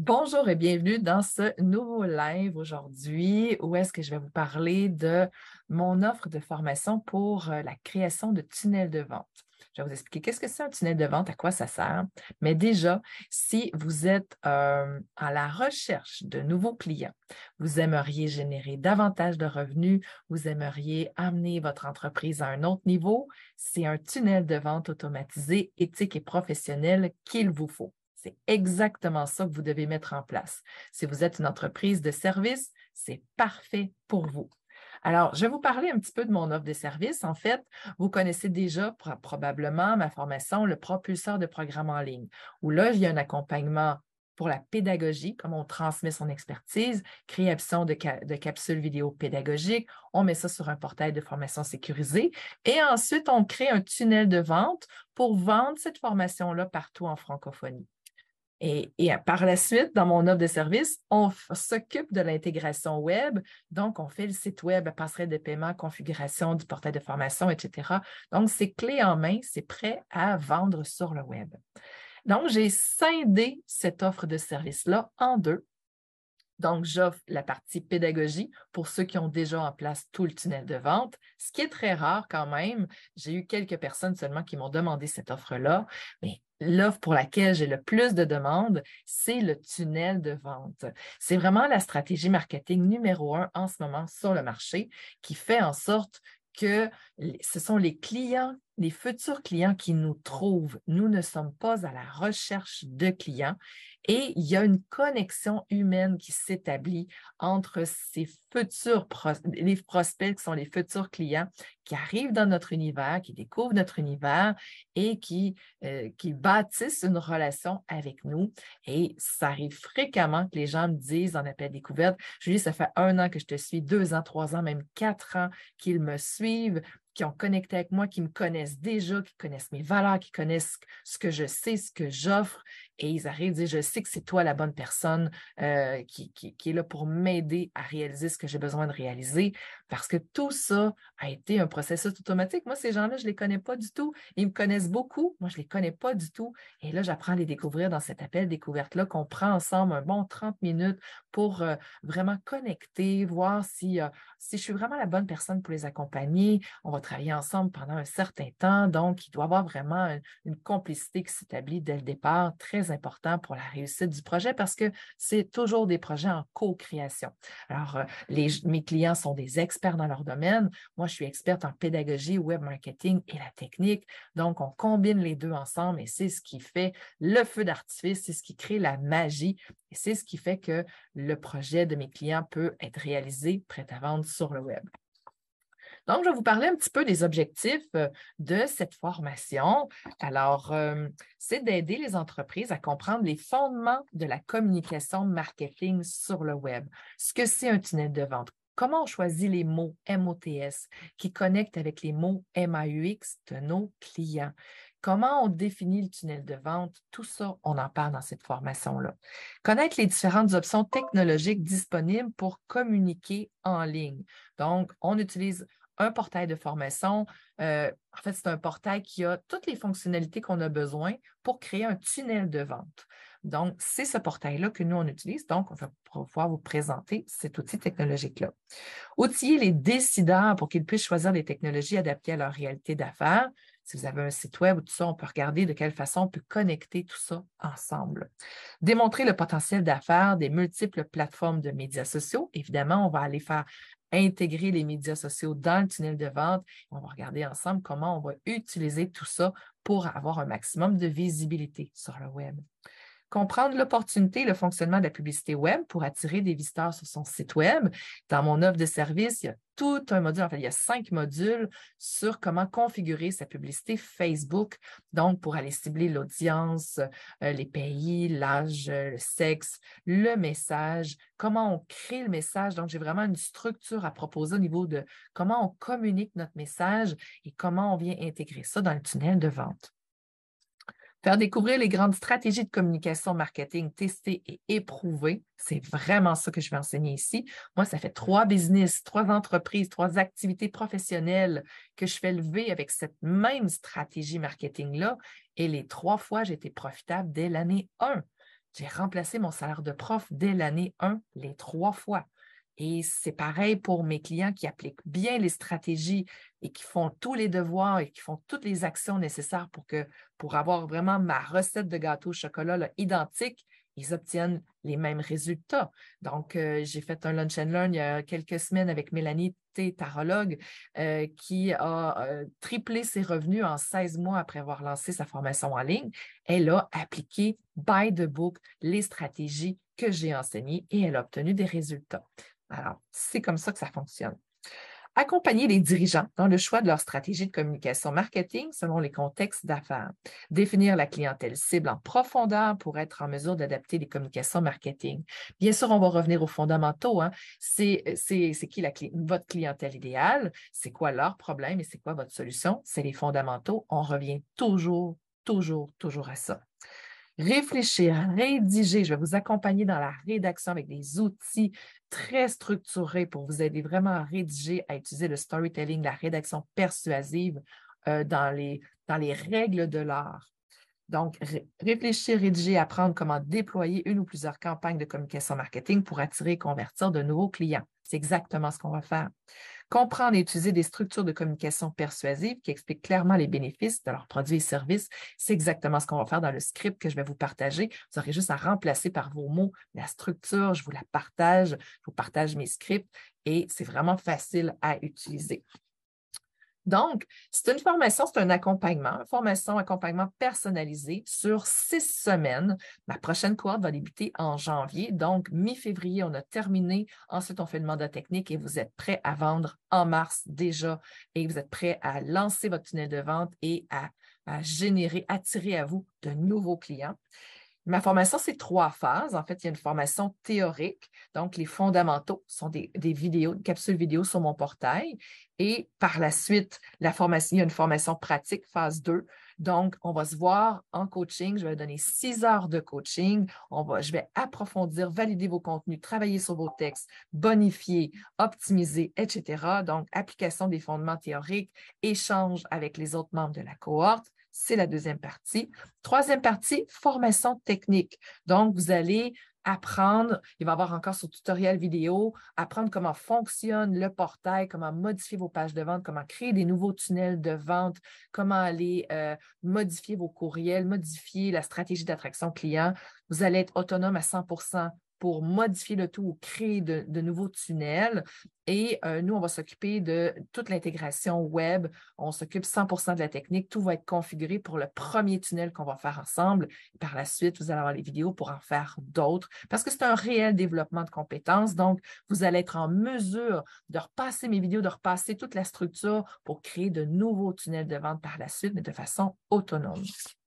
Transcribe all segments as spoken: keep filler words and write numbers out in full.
Bonjour et bienvenue dans ce nouveau live aujourd'hui où est-ce que je vais vous parler de mon offre de formation pour euh, la création de tunnels de vente. Je vais vous expliquer qu'est-ce que c'est un tunnel de vente, à quoi ça sert. Mais déjà, si vous êtes euh, à la recherche de nouveaux clients, vous aimeriez générer davantage de revenus, vous aimeriez amener votre entreprise à un autre niveau, c'est un tunnel de vente automatisé, éthique et professionnel qu'il vous faut. C'est exactement ça que vous devez mettre en place. Si vous êtes une entreprise de service, c'est parfait pour vous. Alors, je vais vous parler un petit peu de mon offre de service. En fait, vous connaissez déjà probablement ma formation, le propulseur de programme en ligne, où là, il y a un accompagnement pour la pédagogie, comme on transmet son expertise, création de, ca de capsules vidéo pédagogiques, on met ça sur un portail de formation sécurisé et ensuite, on crée un tunnel de vente pour vendre cette formation-là partout en francophonie. Et, et, par la suite, dans mon offre de service, on s'occupe de l'intégration web. Donc, on fait le site web, la passerelle de paiement, configuration du portail de formation, et cetera. Donc, c'est clé en main, c'est prêt à vendre sur le web. Donc, j'ai scindé cette offre de service-là en deux. Donc, j'offre la partie pédagogie pour ceux qui ont déjà en place tout le tunnel de vente, ce qui est très rare quand même. J'ai eu quelques personnes seulement qui m'ont demandé cette offre-là, mais l'offre pour laquelle j'ai le plus de demandes, c'est le tunnel de vente. C'est vraiment la stratégie marketing numéro un en ce moment sur le marché qui fait en sorte que ce sont les clients, les futurs clients qui nous trouvent. Nous ne sommes pas à la recherche de clients et il y a une connexion humaine qui s'établit entre ces futurs pros les prospects qui sont les futurs clients qui arrivent dans notre univers, qui découvrent notre univers et qui, euh, qui bâtissent une relation avec nous. Et ça arrive fréquemment que les gens me disent en appel découverte, Julie, ça fait un an que je te suis, deux ans, trois ans, même quatre ans qu'ils me suivent, qui ont connecté avec moi, qui me connaissent déjà, qui connaissent mes valeurs, qui connaissent ce que je sais, ce que j'offre. Et ils arrivent à dire, je sais que c'est toi la bonne personne euh, qui, qui, qui est là pour m'aider à réaliser ce que j'ai besoin de réaliser. Parce que tout ça a été un processus automatique. Moi, ces gens-là, je ne les connais pas du tout. Ils me connaissent beaucoup. Moi, je ne les connais pas du tout. Et là, j'apprends à les découvrir dans cet appel découverte-là qu'on prend ensemble un bon trente minutes pour euh, vraiment connecter, voir si, euh, si je suis vraiment la bonne personne pour les accompagner. On va travailler ensemble pendant un certain temps. Donc, il doit y avoir vraiment une, une complicité qui s'établit dès le départ, très important pour la réussite du projet parce que c'est toujours des projets en co-création. Alors, euh, les, mes clients sont des experts dans leur domaine. Moi, je suis experte en pédagogie, web marketing et la technique. Donc, on combine les deux ensemble et c'est ce qui fait le feu d'artifice, c'est ce qui crée la magie et c'est ce qui fait que le projet de mes clients peut être réalisé, prêt à vendre sur le web. Donc, je vais vous parler un petit peu des objectifs de cette formation. Alors, euh, c'est d'aider les entreprises à comprendre les fondements de la communication marketing sur le web. Ce que c'est un tunnel de vente. Comment on choisit les mots M O T S qui connectent avec les mots M A U X de nos clients? Comment on définit le tunnel de vente? Tout ça, on en parle dans cette formation-là. Connaître les différentes options technologiques disponibles pour communiquer en ligne. Donc, on utilise un portail de formation. Euh, en fait, c'est un portail qui a toutes les fonctionnalités qu'on a besoin pour créer un tunnel de vente. Donc, c'est ce portail-là que nous, on utilise. Donc, on va pouvoir vous présenter cet outil technologique-là. Outiller les décideurs pour qu'ils puissent choisir les technologies adaptées à leur réalité d'affaires. Si vous avez un site web ou tout ça, on peut regarder de quelle façon on peut connecter tout ça ensemble. Démontrer le potentiel d'affaires des multiples plateformes de médias sociaux. Évidemment, on va aller faire intégrer les médias sociaux dans le tunnel de vente. On va regarder ensemble comment on va utiliser tout ça pour avoir un maximum de visibilité sur le web. Comprendre l'opportunité et le fonctionnement de la publicité web pour attirer des visiteurs sur son site web. Dans mon offre de service, il y a tout un module, en fait, il y a cinq modules sur comment configurer sa publicité Facebook, donc pour aller cibler l'audience, euh, les pays, l'âge, le sexe, le message, comment on crée le message. Donc, j'ai vraiment une structure à proposer au niveau de comment on communique notre message et comment on vient intégrer ça dans le tunnel de vente. Faire découvrir les grandes stratégies de communication marketing testées et éprouvées. C'est vraiment ça que je vais enseigner ici. Moi, ça fait trois business, trois entreprises, trois activités professionnelles que je fais lever avec cette même stratégie marketing-là. Et les trois fois, j'ai été profitable dès l'année un. J'ai remplacé mon salaire de prof dès l'année un, les trois fois. Et c'est pareil pour mes clients qui appliquent bien les stratégies et qui font tous les devoirs et qui font toutes les actions nécessaires pour, que, pour avoir vraiment ma recette de gâteau au chocolat là, identique. Ils obtiennent les mêmes résultats. Donc, euh, j'ai fait un lunch and learn il y a quelques semaines avec Mélanie T, tarologue, euh, qui a euh, triplé ses revenus en seize mois après avoir lancé sa formation en ligne. Elle a appliqué by the book les stratégies que j'ai enseignées et elle a obtenu des résultats. Alors, c'est comme ça que ça fonctionne. Accompagner les dirigeants dans le choix de leur stratégie de communication marketing selon les contextes d'affaires. Définir la clientèle cible en profondeur pour être en mesure d'adapter les communications marketing. Bien sûr, on va revenir aux fondamentaux. Hein. C'est, c'est, c'est qui la, votre clientèle idéale? C'est quoi leur problème et c'est quoi votre solution? C'est les fondamentaux. On revient toujours, toujours, toujours à ça. Réfléchir, rédiger. Je vais vous accompagner dans la rédaction avec des outils très structurés pour vous aider vraiment à rédiger, à utiliser le storytelling, la rédaction persuasive euh, dans les, dans les règles de l'art. Donc, ré réfléchir, rédiger, apprendre comment déployer une ou plusieurs campagnes de communication marketing pour attirer et convertir de nouveaux clients. C'est exactement ce qu'on va faire. Comprendre et utiliser des structures de communication persuasives qui expliquent clairement les bénéfices de leurs produits et services. C'est exactement ce qu'on va faire dans le script que je vais vous partager. Vous aurez juste à remplacer par vos mots la structure. Je vous la partage. Je vous partage mes scripts et c'est vraiment facile à utiliser. Donc, c'est une formation, c'est un accompagnement, une formation, accompagnement personnalisé sur six semaines. Ma prochaine cohorte va débuter en janvier, donc mi-février, on a terminé. Ensuite, on fait le mandat technique et vous êtes prêt à vendre en mars déjà et vous êtes prêt à lancer votre tunnel de vente et à, à générer, attirer à vous de nouveaux clients. Ma formation, c'est trois phases. En fait, il y a une formation théorique. Donc, les fondamentaux sont des, des vidéos, des capsules vidéo sur mon portail. Et par la suite, la formation, il y a une formation pratique, phase deux. Donc, on va se voir en coaching. Je vais donner six heures de coaching. On va, je vais approfondir, valider vos contenus, travailler sur vos textes, bonifier, optimiser, et cetera. Donc, application des fondements théoriques, échange avec les autres membres de la cohorte. C'est la deuxième partie. Troisième partie, formation technique. Donc, vous allez apprendre, il va y avoir encore sur tutoriel vidéo, apprendre comment fonctionne le portail, comment modifier vos pages de vente, comment créer des nouveaux tunnels de vente, comment aller euh, modifier vos courriels, modifier la stratégie d'attraction client. Vous allez être autonome à cent pour cent pour modifier le tout ou créer de, de nouveaux tunnels. Et euh, nous, on va s'occuper de toute l'intégration web. On s'occupe cent pour cent de la technique. Tout va être configuré pour le premier tunnel qu'on va faire ensemble. Et par la suite, vous allez avoir les vidéos pour en faire d'autres parce que c'est un réel développement de compétences. Donc, vous allez être en mesure de repasser mes vidéos, de repasser toute la structure pour créer de nouveaux tunnels de vente par la suite, mais de façon autonome.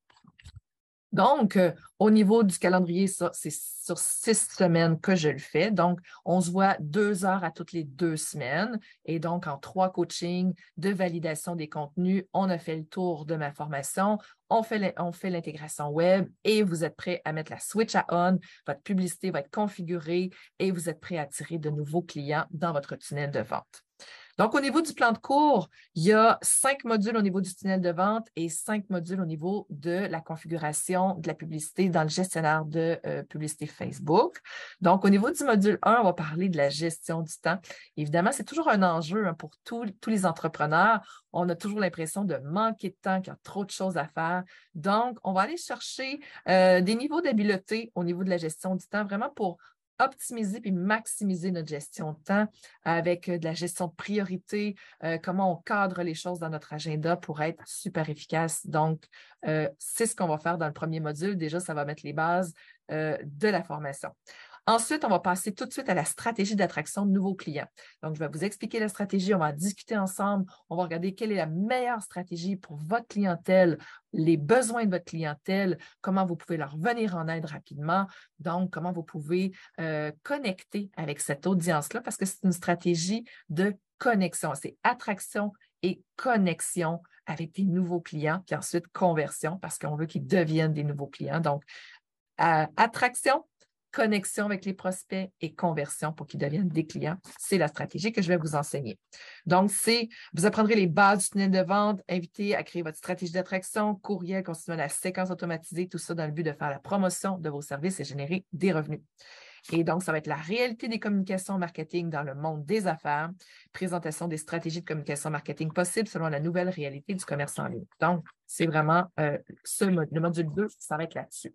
Donc, euh, au niveau du calendrier, ça, c'est sur six semaines que je le fais. Donc, on se voit deux heures à toutes les deux semaines. Et donc, en trois coachings de validation des contenus, on a fait le tour de ma formation. On fait, on fait l'intégration web et vous êtes prêt à mettre la switch à on. Votre publicité va être configurée et vous êtes prêt à attirer de nouveaux clients dans votre tunnel de vente. Donc, au niveau du plan de cours, il y a cinq modules au niveau du tunnel de vente et cinq modules au niveau de la configuration de la publicité dans le gestionnaire de euh, publicité Facebook. Donc, au niveau du module un, on va parler de la gestion du temps. Évidemment, c'est toujours un enjeu hein, pour tous, tous les entrepreneurs. On a toujours l'impression de manquer de temps, qu'il y a trop de choses à faire. Donc, on va aller chercher euh, des niveaux d'habileté au niveau de la gestion du temps, vraiment pour optimiser puis maximiser notre gestion de temps avec de la gestion de priorité, euh, comment on cadre les choses dans notre agenda pour être super efficace. Donc, euh, c'est ce qu'on va faire dans le premier module. Déjà, ça va mettre les bases euh, de la formation. Ensuite, on va passer tout de suite à la stratégie d'attraction de nouveaux clients. Donc, je vais vous expliquer la stratégie, on va en discuter ensemble, on va regarder quelle est la meilleure stratégie pour votre clientèle, les besoins de votre clientèle, comment vous pouvez leur venir en aide rapidement, donc comment vous pouvez euh, connecter avec cette audience-là parce que c'est une stratégie de connexion. C'est attraction et connexion avec des nouveaux clients, puis ensuite conversion parce qu'on veut qu'ils deviennent des nouveaux clients. Donc, euh, attraction, connexion avec les prospects et conversion pour qu'ils deviennent des clients. C'est la stratégie que je vais vous enseigner. Donc, c'est, vous apprendrez les bases du tunnel de vente, inviter à créer votre stratégie d'attraction, courriel, constituant la séquence automatisée, tout ça dans le but de faire la promotion de vos services et générer des revenus. Et donc, ça va être la réalité des communications marketing dans le monde des affaires, présentation des stratégies de communication marketing possibles selon la nouvelle réalité du commerce en ligne. Donc, c'est vraiment euh, ce, le module deux, ça va être là-dessus.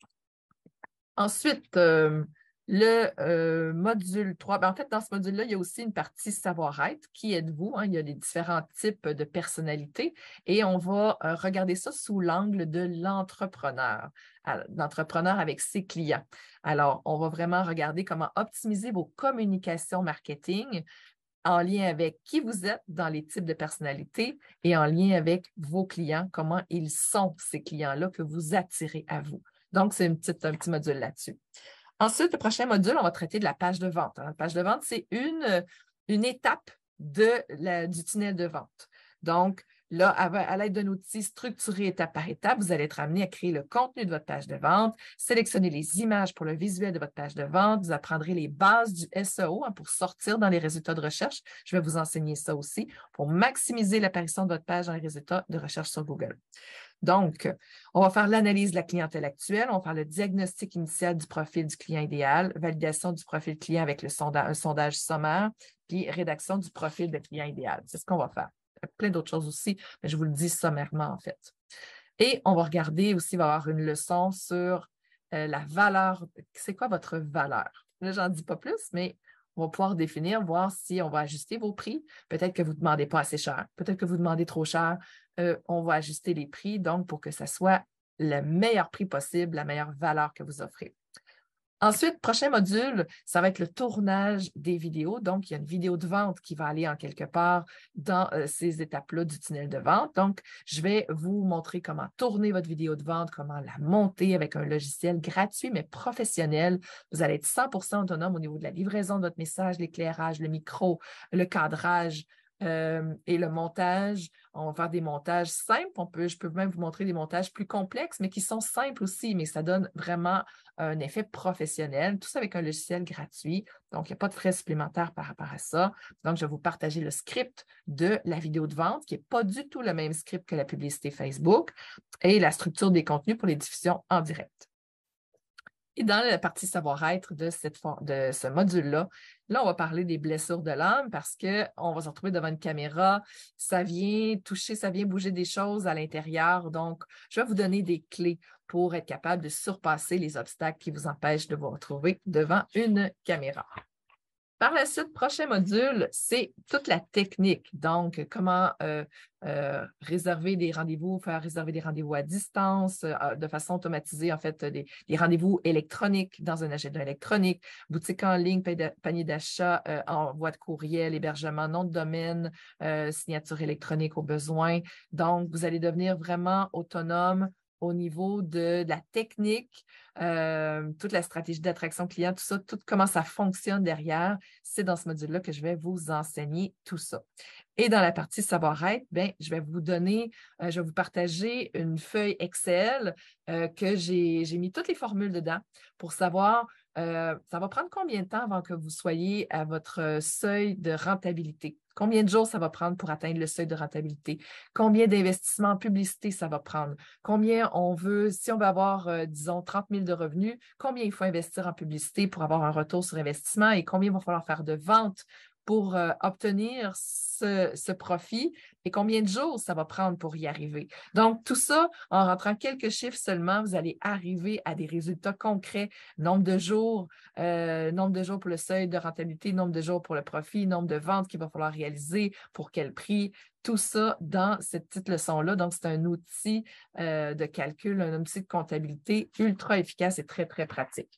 Ensuite, euh, le euh, module trois, ben en fait, dans ce module-là, il y a aussi une partie savoir-être. Qui êtes-vous? Hein? Il y a les différents types de personnalités et on va euh, regarder ça sous l'angle de l'entrepreneur, l'entrepreneur avec ses clients. Alors, on va vraiment regarder comment optimiser vos communications marketing en lien avec qui vous êtes dans les types de personnalités et en lien avec vos clients, comment ils sont ces clients-là que vous attirez à vous. Donc, c'est une petite, un petit module là-dessus. Ensuite, le prochain module, on va traiter de la page de vente. La page de vente, c'est une, une étape de la, du tunnel de vente. Donc, là, à l'aide d'un outil structuré étape par étape, vous allez être amené à créer le contenu de votre page de vente, sélectionner les images pour le visuel de votre page de vente, vous apprendrez les bases du S E O hein, pour sortir dans les résultats de recherche. Je vais vous enseigner ça aussi pour maximiser l'apparition de votre page dans les résultats de recherche sur Google. Donc, on va faire l'analyse de la clientèle actuelle, on va faire le diagnostic initial du profil du client idéal, validation du profil client avec le sondage, un sondage sommaire, puis rédaction du profil de client idéal. C'est ce qu'on va faire. Il y a plein d'autres choses aussi, mais je vous le dis sommairement en fait. Et on va regarder aussi, il va y avoir une leçon sur euh, la valeur. C'est quoi votre valeur? Là, j'en dis pas plus, mais on va pouvoir définir, voir si on va ajuster vos prix. Peut-être que vous ne demandez pas assez cher, peut-être que vous demandez trop cher. Euh, on va ajuster les prix, donc pour que ça soit le meilleur prix possible, la meilleure valeur que vous offrez. Ensuite, prochain module, ça va être le tournage des vidéos. Donc, il y a une vidéo de vente qui va aller en quelque part dans euh, ces étapes-là du tunnel de vente. Donc, je vais vous montrer comment tourner votre vidéo de vente, comment la monter avec un logiciel gratuit mais professionnel. Vous allez être cent pour cent autonome au niveau de la livraison de votre message, l'éclairage, le micro, le cadrage. Euh, et le montage, on va faire des montages simples. On peut, je peux même vous montrer des montages plus complexes, mais qui sont simples aussi, mais ça donne vraiment un effet professionnel, tout ça avec un logiciel gratuit. Donc, il n'y a pas de frais supplémentaires par rapport à ça. Donc, je vais vous partager le script de la vidéo de vente, qui n'est pas du tout le même script que la publicité Facebook, et la structure des contenus pour les diffusions en direct. Et dans la partie savoir-être de, cette, de ce module-là, là, on va parler des blessures de l'âme parce qu'on va se retrouver devant une caméra, ça vient toucher, ça vient bouger des choses à l'intérieur. Donc, je vais vous donner des clés pour être capable de surpasser les obstacles qui vous empêchent de vous retrouver devant une caméra. Par la suite, prochain module, c'est toute la technique. Donc, comment euh, euh, réserver des rendez-vous, faire réserver des rendez-vous à distance, euh, de façon automatisée, en fait, des, des rendez-vous électroniques dans un agenda électronique, boutique en ligne, panier d'achat, euh, envoi de courriel, hébergement, nom de domaine, euh, signature électronique au besoin. Donc, vous allez devenir vraiment autonome au niveau de, de la technique, euh, toute la stratégie d'attraction client, tout ça, tout comment ça fonctionne derrière, c'est dans ce module-là que je vais vous enseigner tout ça. Et dans la partie savoir-être, ben, je vais vous donner, euh, je vais vous partager une feuille Excel euh, que j'ai, j'ai mis toutes les formules dedans pour savoir, euh, ça va prendre combien de temps avant que vous soyez à votre seuil de rentabilité. Combien de jours ça va prendre pour atteindre le seuil de rentabilité? Combien d'investissements en publicité ça va prendre? Combien on veut, si on veut avoir, euh, disons, trente mille de revenus, combien il faut investir en publicité pour avoir un retour sur investissement et combien il va falloir faire de ventes pour euh, obtenir ce, ce profit et combien de jours ça va prendre pour y arriver. Donc, tout ça, en rentrant quelques chiffres seulement, vous allez arriver à des résultats concrets, nombre de jours, euh, nombre de jours pour le seuil de rentabilité, nombre de jours pour le profit, nombre de ventes qu'il va falloir réaliser, pour quel prix, tout ça dans cette petite leçon-là. Donc, c'est un outil euh, de calcul, un outil de comptabilité ultra efficace et très, très pratique.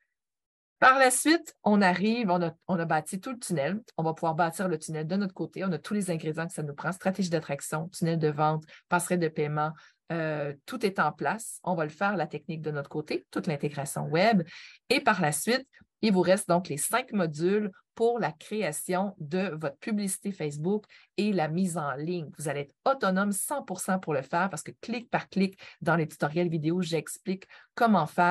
Par la suite, on arrive, on a, on a bâti tout le tunnel. On va pouvoir bâtir le tunnel de notre côté. On a tous les ingrédients que ça nous prend, stratégie d'attraction, tunnel de vente, passerelle de paiement. Euh, tout est en place. On va le faire, la technique de notre côté, toute l'intégration web. Et par la suite, il vous reste donc les cinq modules pour la création de votre publicité Facebook et la mise en ligne. Vous allez être autonome cent pour cent pour le faire parce que clic par clic, dans les tutoriels vidéo, j'explique comment faire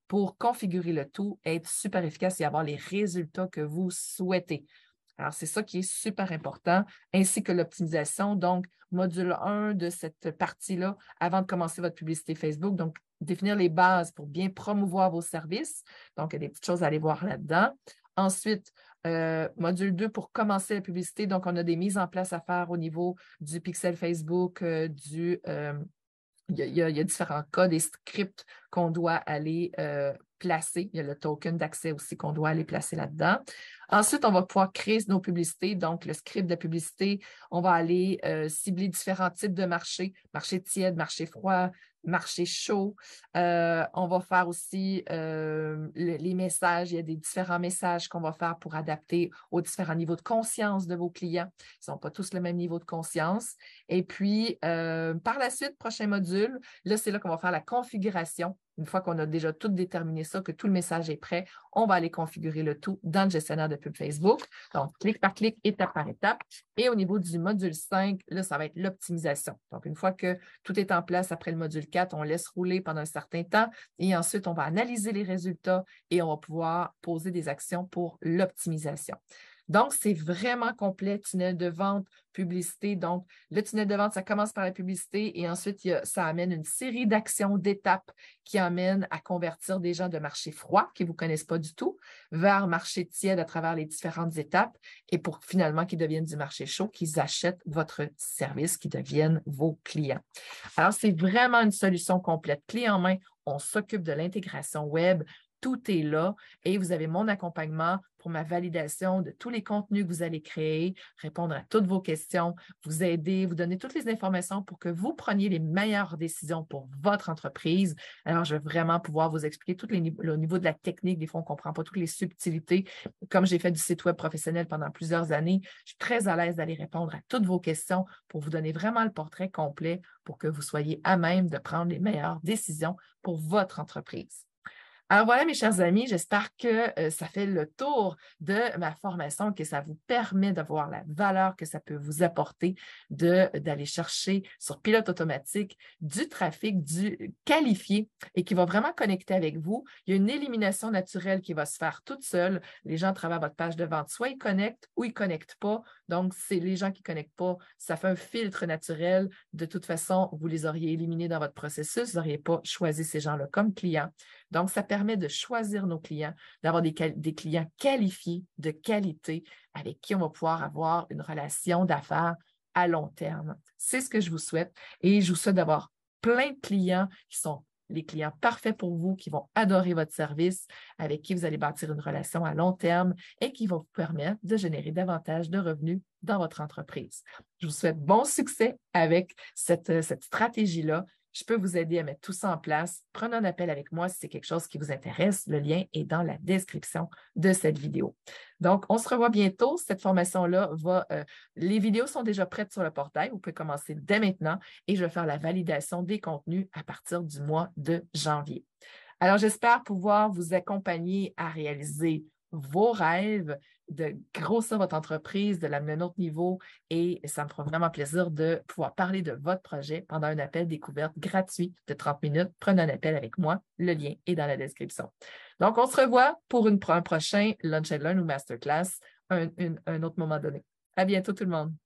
pour configurer le tout, être super efficace et avoir les résultats que vous souhaitez. Alors, c'est ça qui est super important, ainsi que l'optimisation. Donc, module un de cette partie-là, avant de commencer votre publicité Facebook. Donc, définir les bases pour bien promouvoir vos services. Donc, il y a des petites choses à aller voir là-dedans. Ensuite, euh, module deux pour commencer la publicité. Donc, on a des mises en place à faire au niveau du pixel Facebook, euh, du... Euh, il y, a, il, y a, il y a différents cas, des scripts qu'on doit aller euh, placer. Il y a le token d'accès aussi qu'on doit aller placer là-dedans. Ensuite, on va pouvoir créer nos publicités. Donc, le script de publicité, on va aller euh, cibler différents types de marchés, marché tiède, marché froid, marché chaud. Euh, on va faire aussi euh, le, les messages. Il y a des différents messages qu'on va faire pour adapter aux différents niveaux de conscience de vos clients. Ils n'ont pas tous le même niveau de conscience. Et puis, euh, par la suite, prochain module, là, c'est là qu'on va faire la configuration. Une fois qu'on a déjà tout déterminé ça, que tout le message est prêt, on va aller configurer le tout dans le gestionnaire de pub Facebook. Donc, clic par clic, étape par étape. Et au niveau du module cinq, là, ça va être l'optimisation. Donc, une fois que tout est en place après le module quatre, on laisse rouler pendant un certain temps et ensuite, on va analyser les résultats et on va pouvoir poser des actions pour l'optimisation. Donc, c'est vraiment complet, tunnel de vente, publicité. Donc, le tunnel de vente, ça commence par la publicité et ensuite, il y a, ça amène une série d'actions, d'étapes qui amènent à convertir des gens de marché froid qui ne vous connaissent pas du tout vers marché tiède à travers les différentes étapes et pour finalement qu'ils deviennent du marché chaud, qu'ils achètent votre service, qu'ils deviennent vos clients. Alors, c'est vraiment une solution complète, clé en main. On s'occupe de l'intégration web. Tout est là et vous avez mon accompagnement pour ma validation de tous les contenus que vous allez créer, répondre à toutes vos questions, vous aider, vous donner toutes les informations pour que vous preniez les meilleures décisions pour votre entreprise. Alors, je vais vraiment pouvoir vous expliquer tout les niveaux, le niveau de la technique. Des fois, on ne comprend pas toutes les subtilités. Comme j'ai fait du site web professionnel pendant plusieurs années, je suis très à l'aise d'aller répondre à toutes vos questions pour vous donner vraiment le portrait complet pour que vous soyez à même de prendre les meilleures décisions pour votre entreprise. Alors voilà, mes chers amis, j'espère que euh, ça fait le tour de ma formation, que ça vous permet de voir la valeur que ça peut vous apporter de, d'aller chercher sur pilote automatique du trafic du qualifié et qui va vraiment connecter avec vous. Il y a une élimination naturelle qui va se faire toute seule. Les gens à travers votre page de vente, soit ils connectent ou ils ne connectent pas. Donc, c'est les gens qui ne connectent pas, ça fait un filtre naturel. De toute façon, vous les auriez éliminés dans votre processus, vous n'auriez pas choisi ces gens-là comme clients. Donc, ça permet de choisir nos clients, d'avoir des, des clients qualifiés, de qualité, avec qui on va pouvoir avoir une relation d'affaires à long terme. C'est ce que je vous souhaite et je vous souhaite d'avoir plein de clients qui sont les clients parfaits pour vous, qui vont adorer votre service, avec qui vous allez bâtir une relation à long terme et qui vont vous permettre de générer davantage de revenus dans votre entreprise. Je vous souhaite bon succès avec cette, cette stratégie-là. Je peux vous aider à mettre tout ça en place. Prenez un appel avec moi si c'est quelque chose qui vous intéresse. Le lien est dans la description de cette vidéo. Donc, on se revoit bientôt. Cette formation-là va... Euh, les vidéos sont déjà prêtes sur le portail. Vous pouvez commencer dès maintenant et je vais faire la validation des contenus à partir du mois de janvier. Alors, j'espère pouvoir vous accompagner à réaliser vos rêves, de grossir votre entreprise, de l'amener à un autre niveau et ça me fera vraiment plaisir de pouvoir parler de votre projet pendant un appel découverte gratuit de trente minutes. Prenez un appel avec moi. Le lien est dans la description. Donc, on se revoit pour une, un prochain Lunch and Learn ou Masterclass, un, un, un autre moment donné. À bientôt tout le monde.